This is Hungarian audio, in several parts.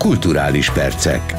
Kulturális percek.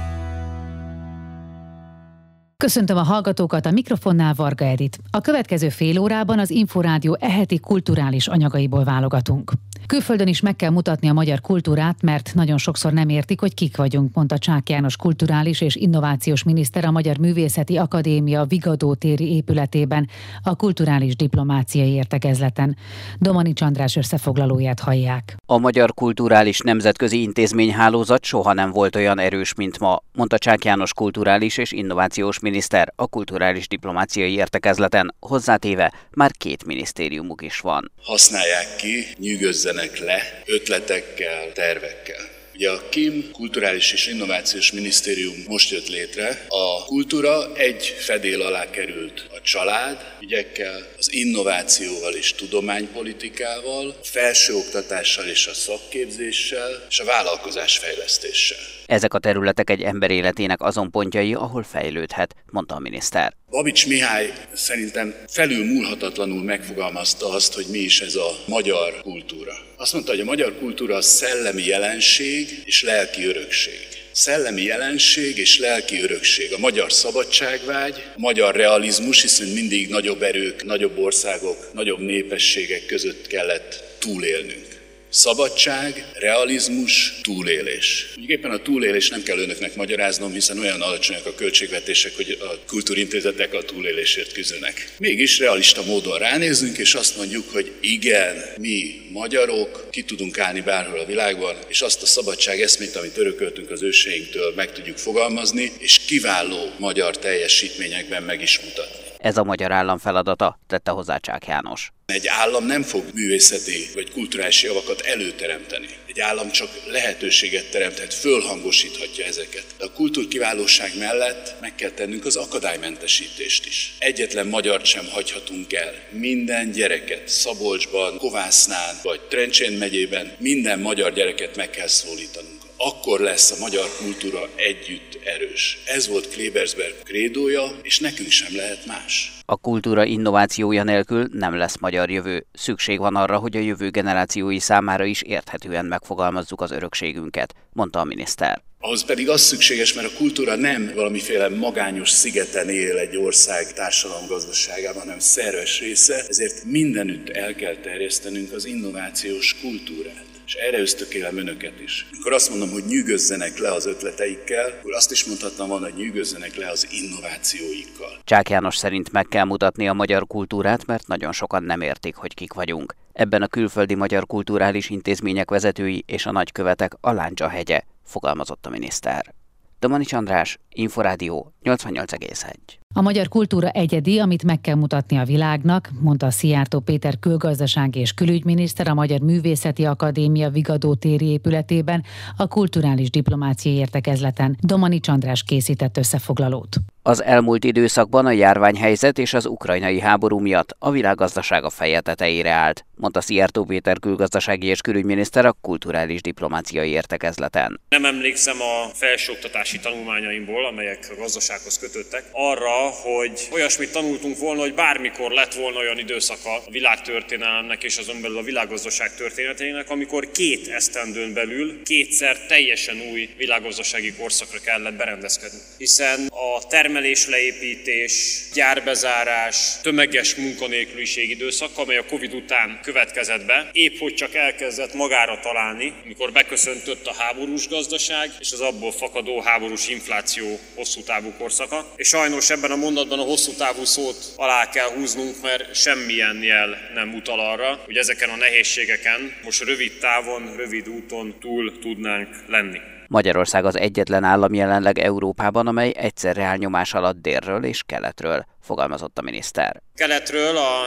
Köszöntöm a hallgatókat, a mikrofonnál Varga Edit. A következő fél órában az Inforádió eheti kulturális anyagaiból válogatunk. Külföldön is meg kell mutatni a magyar kultúrát, mert nagyon sokszor nem értik, hogy kik vagyunk, mondta Csák János kulturális és innovációs miniszter a Magyar Művészeti Akadémia Vigadó téri épületében a kulturális diplomáciai értekezleten. Domanics András összefoglalóját hallják. A magyar kulturális nemzetközi intézményhálózat soha nem volt olyan erős, mint ma, mondta Csák János kulturális és innovációs miniszter a kulturális diplomáciai értekezleten, hozzátéve már 2 minisztériumuk is van. Használják ki, nyűgözzenek le ötletekkel, tervekkel. Ugye a KIM, Kulturális és Innovációs Minisztérium most jött létre. A kultúra egy fedél alá került a család ügyekkel, az innovációval és tudománypolitikával, a felsőoktatással és a szakképzéssel, és a vállalkozásfejlesztéssel. Ezek a területek egy ember életének azon pontjai, ahol fejlődhet, mondta a miniszter. Babics Mihály szerintem felülmúlhatatlanul megfogalmazta azt, hogy mi is ez a magyar kultúra. Azt mondta, hogy a magyar kultúra a szellemi jelenség és lelki örökség. Szellemi jelenség és lelki örökség. A magyar szabadságvágy, a magyar realizmus, hiszen mindig nagyobb erők, nagyobb országok, nagyobb népességek között kellett túlélnünk. Szabadság, realizmus, túlélés. Mondjuk éppen a túlélés nem kell önöknek magyaráznom, hiszen olyan alacsonyak a költségvetések, hogy a kultúrintézetek a túlélésért küzdenek. Mégis realista módon ránézünk, és azt mondjuk, hogy igen, mi magyarok ki tudunk állni bárhol a világban, és azt a szabadság eszmét, amit örököltünk az őseinktől, meg tudjuk fogalmazni, és kiváló magyar teljesítményekben meg is mutatni. Ez a magyar állam feladata, tette hozzá Csák János. Egy állam nem fog művészeti vagy kulturális javakat előteremteni. Egy állam csak lehetőséget teremthet, fölhangosíthatja ezeket. De a kultúrkiválóság mellett meg kell tennünk az akadálymentesítést is. Egyetlen magyart sem hagyhatunk el. Minden gyereket Szabolcsban, Kovásznán vagy Trencsén megyében minden magyar gyereket meg kell szólítanunk. Akkor lesz a magyar kultúra együtt erős. Ez volt Klebersberg krédója, és nekünk sem lehet más. A kultúra innovációja nélkül nem lesz magyar jövő. Szükség van arra, hogy a jövő generációi számára is érthetően megfogalmazzuk az örökségünket, mondta a miniszter. Ahhoz pedig az szükséges, mert a kultúra nem valamiféle magányos szigeten él egy ország társadalomgazdaságában, hanem szerves része, ezért mindenütt el kell terjesztenünk az innovációs kultúrát. És erre ösztökélem önöket is. Amikor azt mondom, hogy nyűgözzenek le az ötleteikkel, akkor azt is mondhatnám volna, hogy nyűgözzenek le az innovációikkal. Csák János szerint meg kell mutatni a magyar kultúrát, mert nagyon sokan nem értik, hogy kik vagyunk. Ebben a külföldi magyar kulturális intézmények vezetői és a nagykövetek a láncsa hegye, fogalmazott a miniszter. Domanics András, Inforádió 88,1. A magyar kultúra egyedi, amit meg kell mutatni a világnak, mondta Szijjártó Péter külgazdasági és külügyminiszter a Magyar Művészeti Akadémia Vigadó téri épületében a kulturális diplomáciai értekezleten. Domanics András készített összefoglalót. Az elmúlt időszakban a járványhelyzet és az ukrajnai háború miatt a világgazdasága feje tetejére állt, mondta Szijjártó Péter külgazdasági és külügyminiszter a kulturális diplomáciai értekezleten. Nem emlékszem a felsőoktatási tanulmányaimból, amelyek a gazdasághoz kötöttek, arra, hogy olyasmit tanultunk volna, hogy bármikor lett volna olyan időszaka a világtörténelemnek és azon belül a világgazdaság történetének, amikor 2 esztendőn belül 2-szer teljesen új világgazdasági korszakra kellett berendezkedni. Hiszen a termelésleépítés, gyárbezárás, tömeges munkanélküliség időszak, amely a Covid után következett be, épp hogy csak elkezdett magára találni, amikor beköszöntött a háborús gazdaság és az abból fakadó háborús infláció hosszú távú korszaka. És sajnos ebben a mondatban a hosszú távú szót alá kell húznunk, mert semmilyen jel nem utal arra, hogy ezeken a nehézségeken most rövid távon, rövid úton túl tudnánk lenni. Magyarország az egyetlen állam jelenleg Európában, amely egyszerre áll nyomás alatt délről és keletről, fogalmazott a miniszter. Keletről a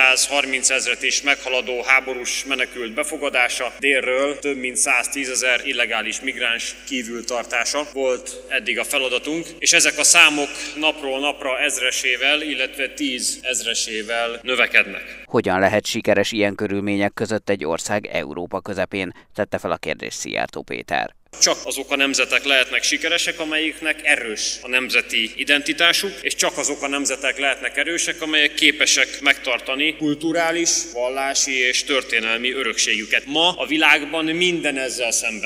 830 000-et is meghaladó háborús menekült befogadása, délről több mint 110 000 illegális migráns kívültartása volt eddig a feladatunk, és ezek a számok napról napra ezresével, illetve 10 000-esével növekednek. Hogyan lehet sikeres ilyen körülmények között egy ország Európa közepén, tette fel a kérdést Szijjártó Péter. Csak azok a nemzetek lehetnek sikeresek, amelyiknek erős a nemzeti identitásuk, és csak azok a nemzetek lehetnek erősek, amelyek képesek megtartani kulturális, vallási és történelmi örökségüket. Ma a világban minden ezzel szemben megy.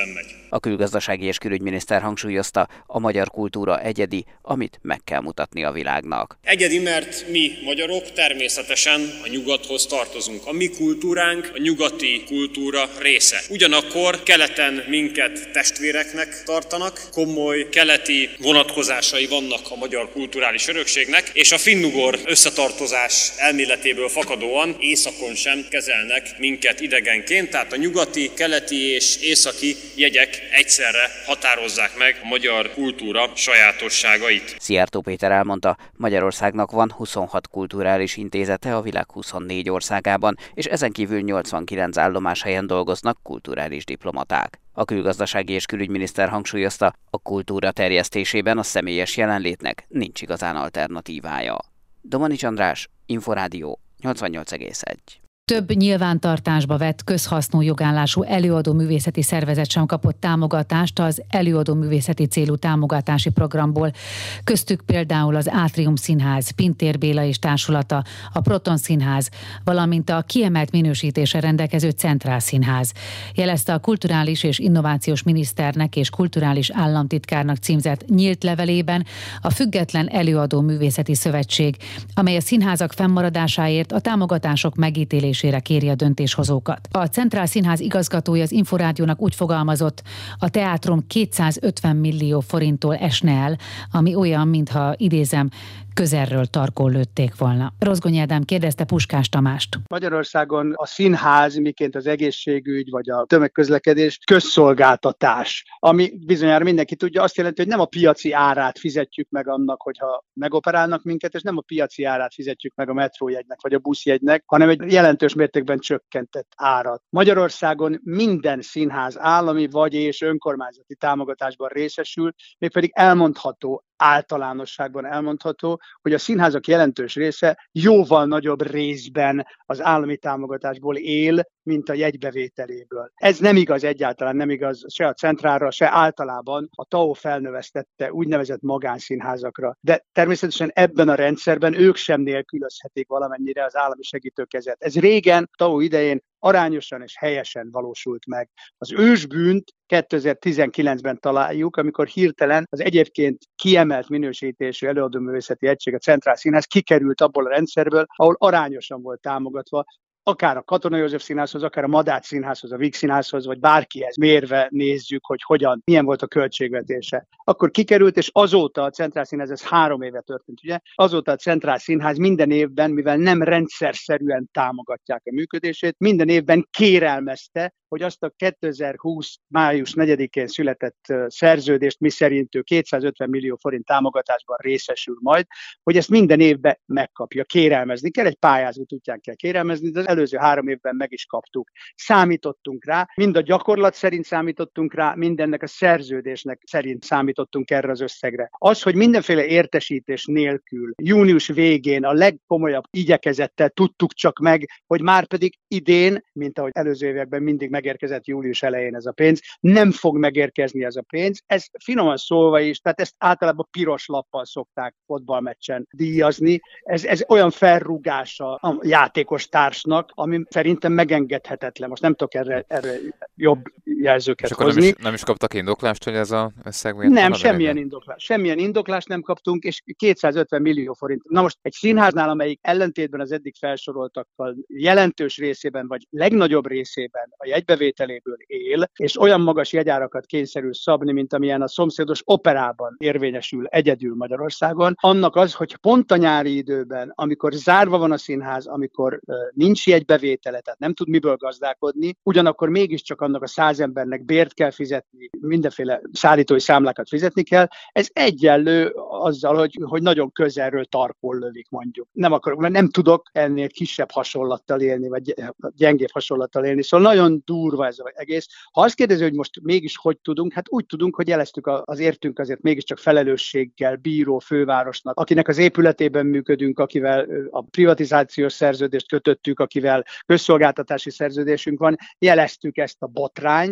A külgazdasági és külügyminiszter hangsúlyozta, a magyar kultúra egyedi, amit meg kell mutatni a világnak. Egyedi, mert mi magyarok természetesen a nyugathoz tartozunk. A mi kultúránk a nyugati kultúra része. Ugyanakkor keleten minket testvéreknek tartanak, komoly keleti vonatkozásai vannak a magyar kulturális örökségnek, és a finnugor összetartozás elméletéből fakadóan északon sem kezelnek minket idegenként, tehát a nyugati, keleti és északi jegyek egyszerre határozzák meg a magyar kultúra sajátosságait. Szijjártó Péter elmondta, Magyarországnak van 26 kulturális intézete a világ 24 országában, és ezen kívül 89 állomáshelyen dolgoznak kulturális diplomaták. A külgazdasági és külügyminiszter hangsúlyozta, a kultúra terjesztésében a személyes jelenlétnek nincs igazán alternatívája. Domanics András, Inforádió 88,1. Több nyilvántartásba vett közhasznú jogállású előadóművészeti szervezet sem kapott támogatást az előadóművészeti célú támogatási programból. Köztük például az Átrium Színház, Pintér Béla és társulata, a Proton Színház, valamint a kiemelt minősítéssel rendelkező Centrál Színház. Jelezte a kulturális és innovációs miniszternek és kulturális államtitkárnak címzett nyílt levelében a Független Előadóművészeti Szövetség, amely a színházak fennmaradásáért a támogatások megítélésére kéri a döntéshozókat. A Centrál Színház igazgatója az Inforádiónak úgy fogalmazott, a teátrum 250 millió forinttól esne el, ami olyan, mintha, idézem, közelről tarkón lőtték volna. Rozgonyi Ádám kérdezte Puskás Tamást. Magyarországon a színház, miként az egészségügy vagy a tömegközlekedés közszolgáltatás, ami bizonyára mindenki tudja, azt jelenti, hogy nem a piaci árát fizetjük meg annak, hogyha megoperálnak minket, és nem a piaci árát fizetjük meg a metrójegynek vagy a buszjegynek, hanem egy jelentős mértékben csökkentett árat. Magyarországon minden színház állami vagy és önkormányzati támogatásban részesül, mégpedig elmondható, általánosságban elmondható, hogy a színházak jelentős része jóval nagyobb részben az állami támogatásból él, mint a jegybevételéből. Ez nem igaz, egyáltalán nem igaz se a Centrálra, se általában a TAO felnövesztette úgynevezett magánszínházakra. De természetesen ebben a rendszerben ők sem nélkülözhetik valamennyire az állami segítőkezet. Ez régen, TAO idején arányosan és helyesen valósult meg. Az ősbűnt 2019-ben találjuk, amikor hirtelen az egyébként kiemelt minősítésű előadóművészeti egység, a Centrál Színház kikerült abból a rendszerből, ahol arányosan volt támogatva, akár a Katona József Színházhoz, akár a Madách Színházhoz, a Víg Színházhoz, vagy bárkihez mérve nézzük, hogy milyen volt a költségvetése. Akkor kikerült, és azóta a Centrál Színház, ez 3 éve történt, ugye? Azóta a Centrál Színház minden évben, mivel nem rendszerszerűen támogatják a működését, minden évben kérelmezte, hogy azt a 2020. május 4-én született szerződést, miszerint ő 250 millió forint támogatásban részesül majd, hogy ezt minden évben megkapja. Kérelmezni kell, egy pályázat útján kell kérelmezni, de az előző 3 évben meg is kaptuk. Számítottunk rá, mind a gyakorlat szerint számítottunk rá, mindennek a szerződésnek szerint számítottunk erre az összegre. Az, hogy mindenféle értesítés nélkül június végén a legkomolyabb igyekezettel tudtuk csak meg, hogy már pedig idén, mint ahogy előző években mindig megérkezett július elején ez a pénz, nem fog megérkezni ez a pénz. Ez finoman szólva is, tehát ezt általában piros lappal szokták fotballmeccsen díjazni. Ez olyan felrúgása a játékos társnak, ami szerintem megengedhetetlen. Most nem tudok erre jobb jelzőket hozni. És nem is kaptak indoklást, hogy ez az összeg miért nem, semmilyen indoklást nem kaptunk, és 250 millió forint. Na most egy színháznál, amelyik ellentétben az eddig felsoroltakkal jelentős részében, vagy legnagyobb részében a jegybevételéből él, és olyan magas jegyárakat kényszerül szabni, mint amilyen a szomszédos operában érvényesül egyedül Magyarországon, annak az, hogy pont a nyári időben, amikor zárva van a színház, amikor nincs jegybevétele, tehát nem tud miből gazdálkodni, ugyanakkor mégiscsak annak a 100 embernek bért kell fizetni, mindenféle szállítói számlákat fizetni kell. Ez egyenlő azzal, hogy nagyon közelről tarkón lövik, mondjuk. Nem tudok ennél kisebb hasonlattal élni, vagy gyengébb hasonlattal élni. Szóval nagyon durva ez az egész. Ha azt kérdezi, hogy most mégis hogy tudunk, hát úgy tudunk, hogy jeleztük az értünk azért mégiscsak felelősséggel bíró fővárosnak, akinek az épületében működünk, akivel a privatizációs szerződést kötöttük, akivel közszolgáltatási szerződésünk van, jeleztük ezt a botrányt,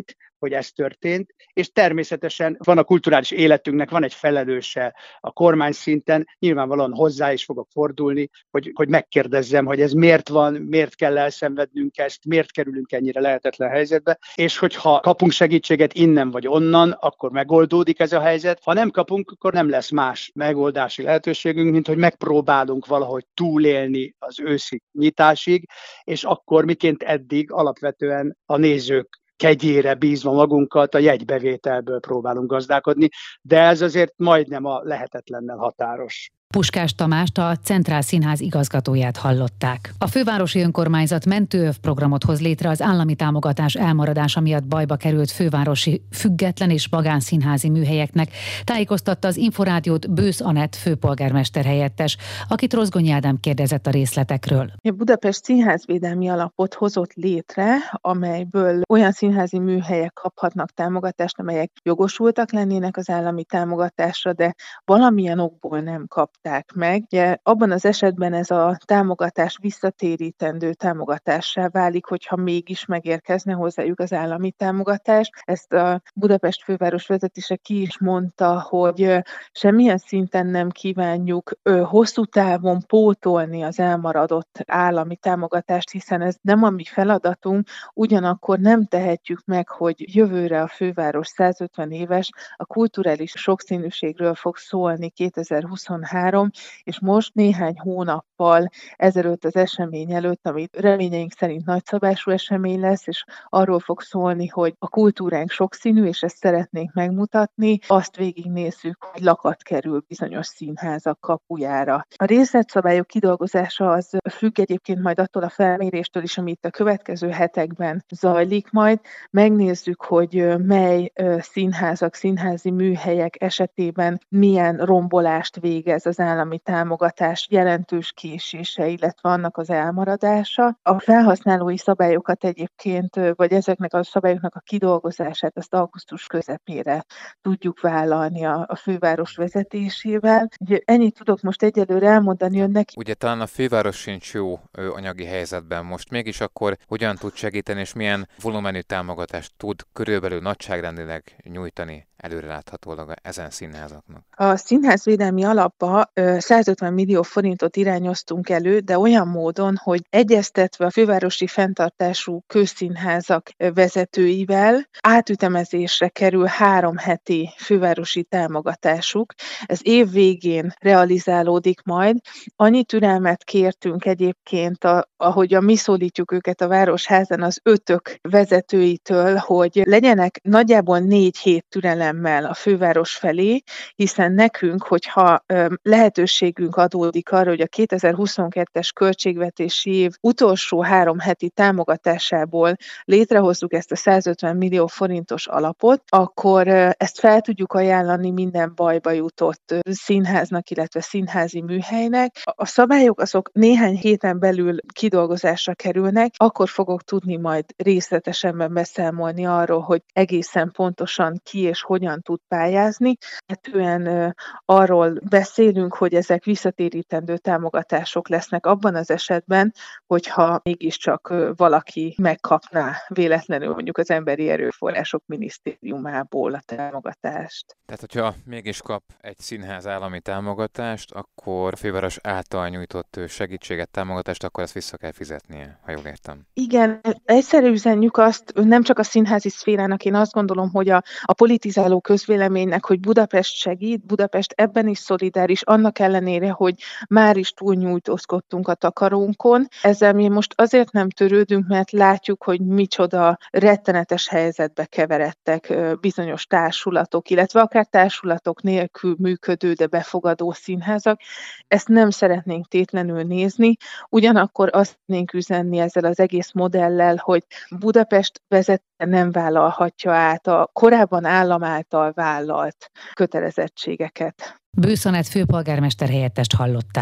hogy ez történt, és természetesen van a kulturális életünknek, van egy felelőse a kormány szinten, nyilvánvalóan hozzá is fogok fordulni, hogy megkérdezzem, hogy ez miért van, miért kell elszenvednünk ezt, miért kerülünk ennyire lehetetlen helyzetbe, és hogyha kapunk segítséget innen vagy onnan, akkor megoldódik ez a helyzet, ha nem kapunk, akkor nem lesz más megoldási lehetőségünk, mint hogy megpróbálunk valahogy túlélni az őszi nyitásig, és akkor miként eddig alapvetően a nézők kegyére bízva magunkat a jegybevételből próbálunk gazdálkodni, de ez azért majdnem a lehetetlennel határos. Puskás Tamást, a Centrál Színház igazgatóját hallották. A fővárosi önkormányzat mentőöv programot hoz létre az állami támogatás elmaradása miatt bajba került fővárosi független és magánszínházi műhelyeknek, tájékoztatta az Inforádiót Bősz Anett főpolgármester helyettes, akit Rozgonyi Ádám kérdezett a részletekről. A Budapest Színházvédelmi Alapot hozott létre, amelyből olyan színházi műhelyek kaphatnak támogatást, amelyek jogosultak lennének az állami támogatásra, de valamilyen okból nem kapták meg. Ugye, abban az esetben ez a támogatás visszatérítendő támogatássá válik, hogyha mégis megérkezne hozzájuk az állami támogatás. Ezt a Budapest főváros vezetése ki is mondta, hogy semmilyen szinten nem kívánjuk hosszú távon pótolni az elmaradott állami támogatást, hiszen ez nem a mi feladatunk, ugyanakkor nem tehetjük meg, hogy jövőre a főváros 150 éves, a kulturális sokszínűségről fog szólni 2023, és most néhány hónappal ezelőtt az esemény előtt, ami reményeink szerint nagyszabású esemény lesz, és arról fog szólni, hogy a kultúránk sokszínű, és ezt szeretnénk megmutatni, azt végignézzük, hogy lakat kerül bizonyos színházak kapujára. A részletszabályok kidolgozása az függ egyébként majd attól a felméréstől is, ami itt a következő hetekben zajlik majd. Megnézzük, hogy mely színházak, színházi műhelyek esetében milyen rombolást végez az állami támogatás jelentős késése, illetve annak az elmaradása. A felhasználói szabályokat egyébként, vagy ezeknek a szabályoknak a kidolgozását azt augusztus közepére tudjuk vállalni a főváros vezetésével. Ugye ennyit tudok most egyelőre elmondani önnek. Ugye talán a főváros sincs jó anyagi helyzetben most, mégis akkor hogyan tud segíteni, és milyen volumenű támogatást tud körülbelül nagyságrendileg nyújtani előreláthatólag ezen színházaknak? A Színházvédelmi Alapba 150 millió forintot irányoztunk elő, de olyan módon, hogy egyeztetve a fővárosi fenntartású közszínházak vezetőivel átütemezésre kerül 3 heti fővárosi támogatásuk. Ez év végén realizálódik majd. Annyi türelmet kértünk egyébként, ahogyan mi szólítjuk őket a Városházán, az ötök vezetőitől, hogy legyenek nagyjából 4 hét türelemmel a főváros felé, hiszen nekünk, hogyha lehetőségünk adódik arra, hogy a 2022-es költségvetési év utolsó 3 heti támogatásából létrehozzuk ezt a 150 millió forintos alapot, akkor ezt fel tudjuk ajánlani minden bajba jutott színháznak, illetve színházi műhelynek. A szabályok azok néhány héten belül kidolgozásra kerülnek, akkor fogok tudni majd részletesebben beszámolni arról, hogy egészen pontosan ki és hogyan tud pályázni. Ettően arról beszélünk, hogy ezek visszatérítendő támogatások lesznek abban az esetben, hogyha mégiscsak valaki megkapná véletlenül mondjuk az Emberi Erőforrások Minisztériumából a támogatást. Tehát, hogyha mégis kap egy színház állami támogatást, akkor a főváros által nyújtott segítséget, támogatást, akkor ezt vissza kell fizetnie, ha jól értem. Igen, egyszerű üzenjük azt, nem csak a színházi szférának, én azt gondolom, hogy a politizáló közvéleménynek, hogy Budapest segít, Budapest ebben is szolidáris, annak ellenére, hogy már is túlnyújtózkodtunk a takarónkon. Ezzel mi most azért nem törődünk, mert látjuk, hogy micsoda rettenetes helyzetbe keveredtek bizonyos társulatok, illetve akár társulatok nélkül működő, de befogadó színházak. Ezt nem szeretnénk tétlenül nézni, ugyanakkor azt szeretnénk üzenni ezzel az egész modellel, hogy Budapest vezetője nem vállalhatja át a korábban állam által vállalt kötelezettségeket. Bősz Anett főpolgármester helyettest hallották.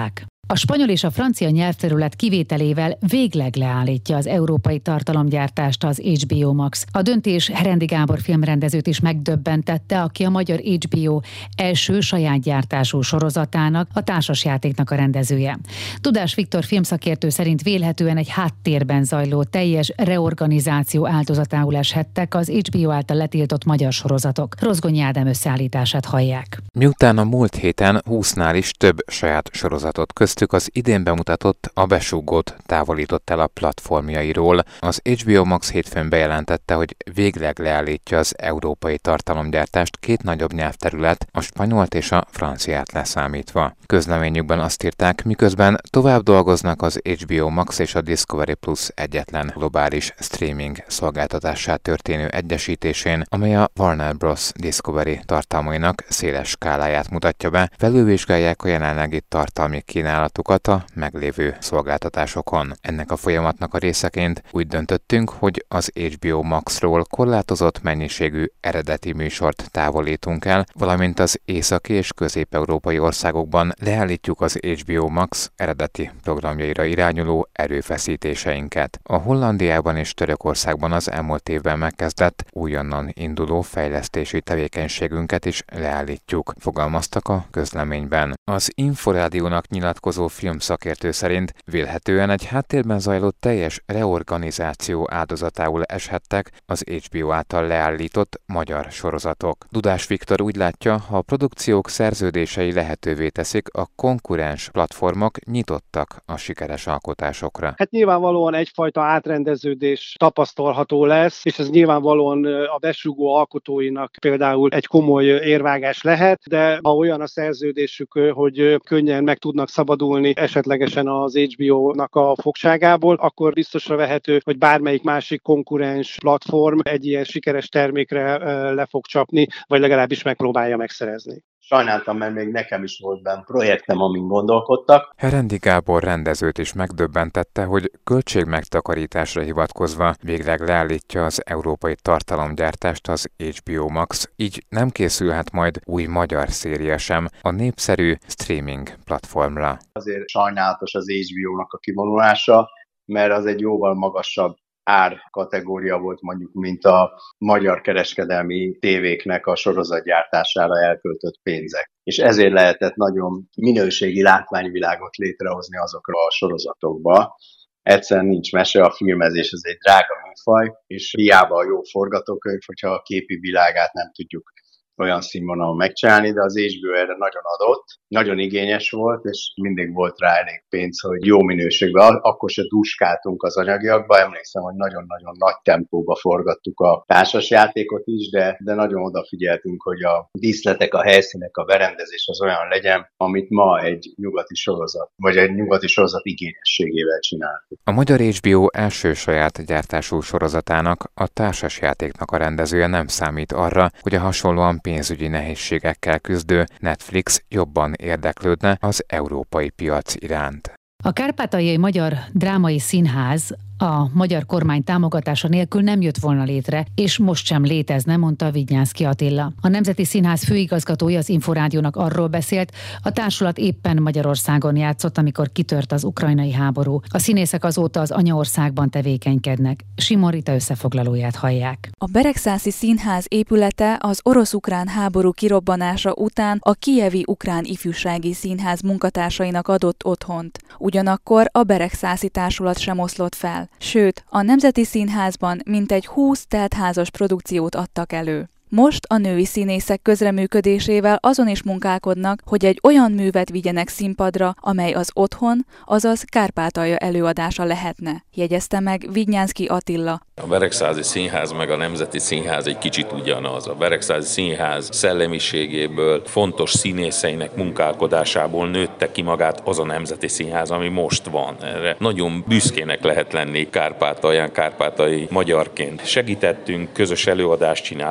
A spanyol és a francia nyelvterület kivételével végleg leállítja az európai tartalomgyártást az HBO Max. A döntés Herendi Gábor filmrendezőt is megdöbbentette, aki a magyar HBO első saját gyártású sorozatának, a társasjátéknak a rendezője. Tudás Viktor filmszakértő szerint vélhetően egy háttérben zajló teljes reorganizáció áldozatául eshettek az HBO által letiltott magyar sorozatok. Rozgonyi Ádám összeállítását hallják. Miután a múlt héten 20-nál is több saját sorozatot, köztük az idén bemutatott A Besúgót távolított el a platformjairól, az HBO Max hétfőn bejelentette, hogy végleg leállítja az európai tartalomgyártást két nagyobb nyelvterület, a spanyolt és a franciát leszámítva. Közleményükben azt írták, miközben tovább dolgoznak az HBO Max és a Discovery Plus egyetlen globális streaming szolgáltatását történő egyesítésén, amely a Warner Bros. Discovery tartalmainak széles skáláját mutatja be, felülvizsgálják a jelenlegi tartalmi kínálatukat a meglévő szolgáltatásokon. Ennek a folyamatnak a részeként úgy döntöttünk, hogy az HBO Maxról korlátozott mennyiségű eredeti műsort távolítunk el, valamint az északi és közép-európai országokban leállítjuk az HBO Max eredeti programjaira irányuló erőfeszítéseinket. A Hollandiában és Törökországban az elmúlt évben megkezdett, újonnan induló fejlesztési tevékenységünket is leállítjuk, fogalmaztak a közleményben. Az Inforádiónak nyilatkozó filmszakértő szerint vélhetően egy háttérben zajló teljes reorganizáció áldozatául eshettek az HBO által leállított magyar sorozatok. Tudás Viktor úgy látja, ha a produkciók szerződései lehetővé teszik, a konkurens platformok nyitottak a sikeres alkotásokra. Hát nyilvánvalóan egyfajta átrendeződés tapasztalható lesz, és ez nyilvánvalóan a Besúgó alkotóinak például egy komoly érvágás lehet, de ha olyan a szerződésük, hogy könnyen meg tudnak szabadulni esetlegesen az HBO-nak a fogságából, akkor biztosra vehető, hogy bármelyik másik konkurens platform egy ilyen sikeres termékre le fog csapni, vagy legalábbis megpróbálja megszerezni. Sajnáltam, mert még nekem is volt benne projektem, amin gondolkodtak. Herendi Gábor rendezőt is megdöbbentette, hogy költségmegtakarításra hivatkozva végleg leállítja az európai tartalomgyártást az HBO Max, így nem készülhet majd új magyar széria sem a népszerű streaming platformra. Azért sajnálatos az HBO-nak a kivonulása, mert az egy jóval magasabb árkategória volt mondjuk, mint a magyar kereskedelmi tévéknek a sorozatgyártására elköltött pénzek. És ezért lehetett nagyon minőségi látványvilágot létrehozni azokra a sorozatokba. Egyszerűen nincs mese, a filmezés az egy drága műfaj, és hiába a jó forgatókönyv, hogyha a képi világát nem tudjuk olyan színvonalon megcsinálni, de az HBO erre nagyon adott, nagyon igényes volt, és mindig volt rá elég pénz, hogy jó minőségben. Akkor se duskáltunk az anyagiakba, emlékszem, hogy nagyon-nagyon nagy tempóba forgattuk a társasjátékot is, de nagyon odafigyeltünk, hogy a díszletek, a helyszínek, a berendezés az olyan legyen, amit ma egy nyugati sorozat, vagy egy nyugati sorozat igényességével csináltuk. A magyar HBO első saját gyártású sorozatának, a társasjátéknak a rendezője nem számít arra, hogy a hasonlóan pénzügyi nehézségekkel küzdő Netflix jobban érdeklődne az európai piac iránt. A Kárpátaljai Magyar Drámai Színház a magyar kormány támogatása nélkül nem jött volna létre, és most sem létezne, mondta Vidnyánszky Attila. A Nemzeti Színház főigazgatója az Inforádiónak arról beszélt, a társulat éppen Magyarországon játszott, amikor kitört az ukrajnai háború. A színészek azóta az anyaországban tevékenykednek. Simon Rita összefoglalóját hallják. A Beregszászi Színház épülete az orosz-ukrán háború kirobbanása után a Kijevi Ukrán Ifjúsági Színház munkatársainak adott otthont. Ugyanakkor a Beregszászi társulat sem oszlott fel. Sőt, a Nemzeti Színházban mintegy 20 teltházas produkciót adtak elő. Most a női színészek közreműködésével azon is munkálkodnak, hogy egy olyan művet vigyenek színpadra, amely az otthon, azaz Kárpátalja előadása lehetne, jegyezte meg Vidnyánszky Attila. A Beregszázi Színház meg a Nemzeti Színház egy kicsit ugyanaz. A Beregszázi Színház szellemiségéből, fontos színészeinek munkálkodásából nőtte ki magát az a Nemzeti Színház, ami most van. Erre nagyon büszkének lehet lenni Kárpátalján, kárpátaljai magyarként. Segítettünk, közös előadást csináltunk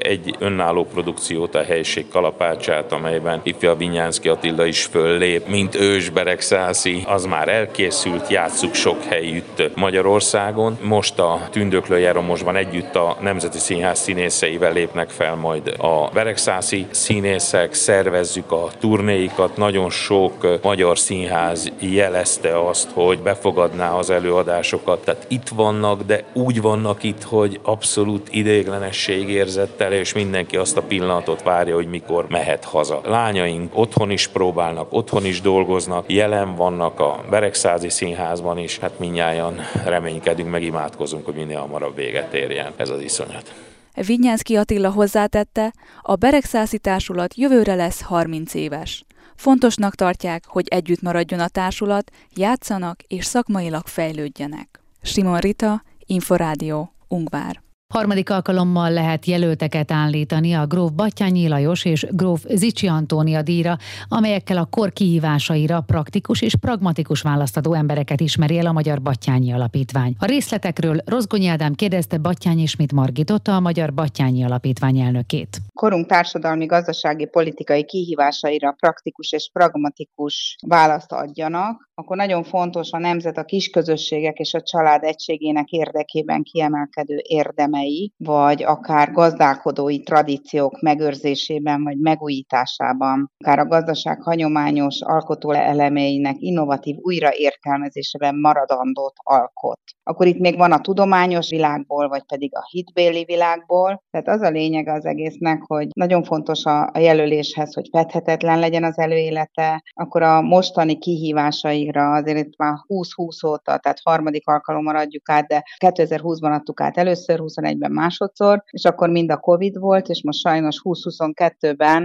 egy önálló produkciót, a Helység kalapácsát, amelyben ifjabb Vinyánszky Attila is föllép, mint ős beregszászi, az már elkészült, játsszuk sok helyütt Magyarországon. Most a Tündöklő Jeromosban együtt a Nemzeti Színház színészeivel lépnek fel majd a beregszászi színészek, szervezzük a turnéikat, nagyon sok magyar színház jelezte azt, hogy befogadná az előadásokat, tehát itt vannak, de úgy vannak itt, hogy abszolút ideiglenesség érzettel, és mindenki azt a pillanatot várja, hogy mikor mehet haza. Lányaink otthon is próbálnak, otthon is dolgoznak, jelen vannak a Beregszázi Színházban is, hát mindnyájan reménykedünk, meg imádkozunk, hogy minél hamarabb véget érjen ez az iszonyat. Vinyánszky Attila hozzátette, a Beregszászi Társulat jövőre lesz 30 éves. Fontosnak tartják, hogy együtt maradjon a társulat, játszanak és szakmailag fejlődjenek. Simon Rita, Inforádió, Ungvár. Harmadik alkalommal lehet jelölteket állítani a gróf Batthyányi Lajos és gróf Zichy Antónia díjra, amelyekkel a kor kihívásaira praktikus és pragmatikus választadó embereket ismeri el a Magyar Batthyányi Alapítvány. A részletekről Rozgonyi Ádám kérdezte Batthyányi Schmidt Margitot, a Magyar Batthyányi Alapítvány elnökét. Korunk társadalmi, gazdasági, politikai kihívásaira praktikus és pragmatikus választ adjanak, akkor nagyon fontos a nemzet, a kisközösségek és a család egységének érdekében kiemelkedő érdemei, vagy akár gazdálkodói tradíciók megőrzésében vagy megújításában, akár a gazdaság hagyományos alkotó elemeinek innovatív újraértelmezésében maradandót alkot. Akkor itt még van a tudományos világból, vagy pedig a hitbéli világból. Tehát az a lényeg az egésznek, hogy nagyon fontos a jelöléshez, hogy fedhetetlen legyen az előélete, akkor a mostani kihívásaira azért itt már 2020 óta, tehát harmadik alkalommal adjuk át, de 2020-ban adtuk át először, 21-ben másodszor, és akkor mind a Covid volt, és most sajnos 2022-ben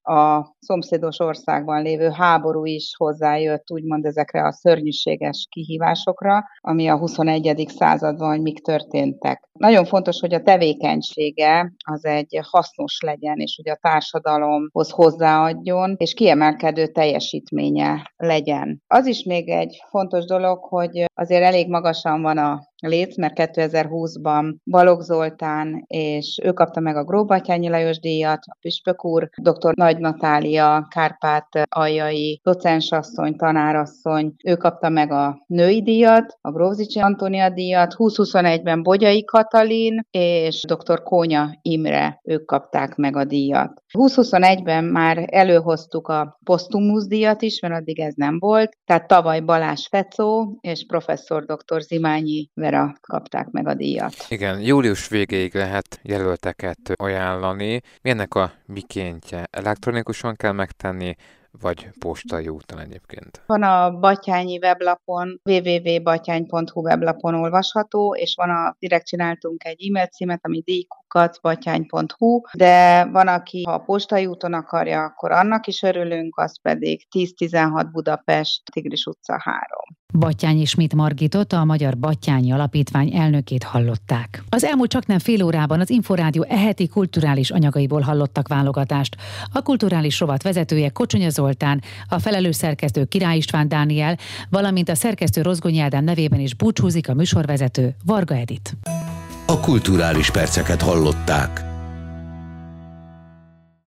a szomszédos országban lévő háború is hozzájött úgymond ezekre a szörnyűséges kihívásokra, ami a 21. században, hogy mik történtek. Nagyon fontos, hogy a tevékenysége az egy hasznos legyen, és hogy a társadalomhoz hozzáadjon, és kiemelkedő teljesítménye legyen. Az is még egy fontos dolog, hogy azért elég magasan van a léc, mert 2020-ban Balogh Zoltán, és ő kapta meg a gróf Batthyányi Lajos díjat, a püspök úr, dr. Nagy Natália, kárpát-aljai docensasszony, tanárasszony, ő kapta meg a női díjat, a gróf Zichy Antónia díjat, 2021-ben Bogyai Katalin és dr. Kónya Imre, ők kapták meg a díjat. 2021-ben már előhoztuk a posztumusz díjat is, mert addig ez nem volt, tehát tavaly Balázs Fecó és professzor dr. Zimányi Vera kapták meg a díjat. Igen, július végéig lehet jelölteket ajánlani. Milyennek a mikéntje? Elektronikusan kell megtenni, vagy postai úton egyébként? Van a Batthyányi weblapon, www.battyány.hu weblapon olvasható, és direkt csináltunk egy e-mail címet, ami díjkukac@battyány.hu, de van, aki ha a postai úton akarja, akkor annak is örülünk, az pedig 10-16 Budapest, Tigris utca 3. Batthyányi Schmidt Margitot, a Magyar Batthyányi Alapítvány elnökét hallották. Az elmúlt csaknem fél órában az Inforádió eheti kulturális anyagaiból hallottak válogatást. A kulturális rovat vezetője Kocsonya Zoltán, a felelős szerkesztő Király István Dániel, valamint a szerkesztő Rozgonyi Ádám nevében is búcsúzik a műsorvezető Varga Edit. A kulturális perceket hallották.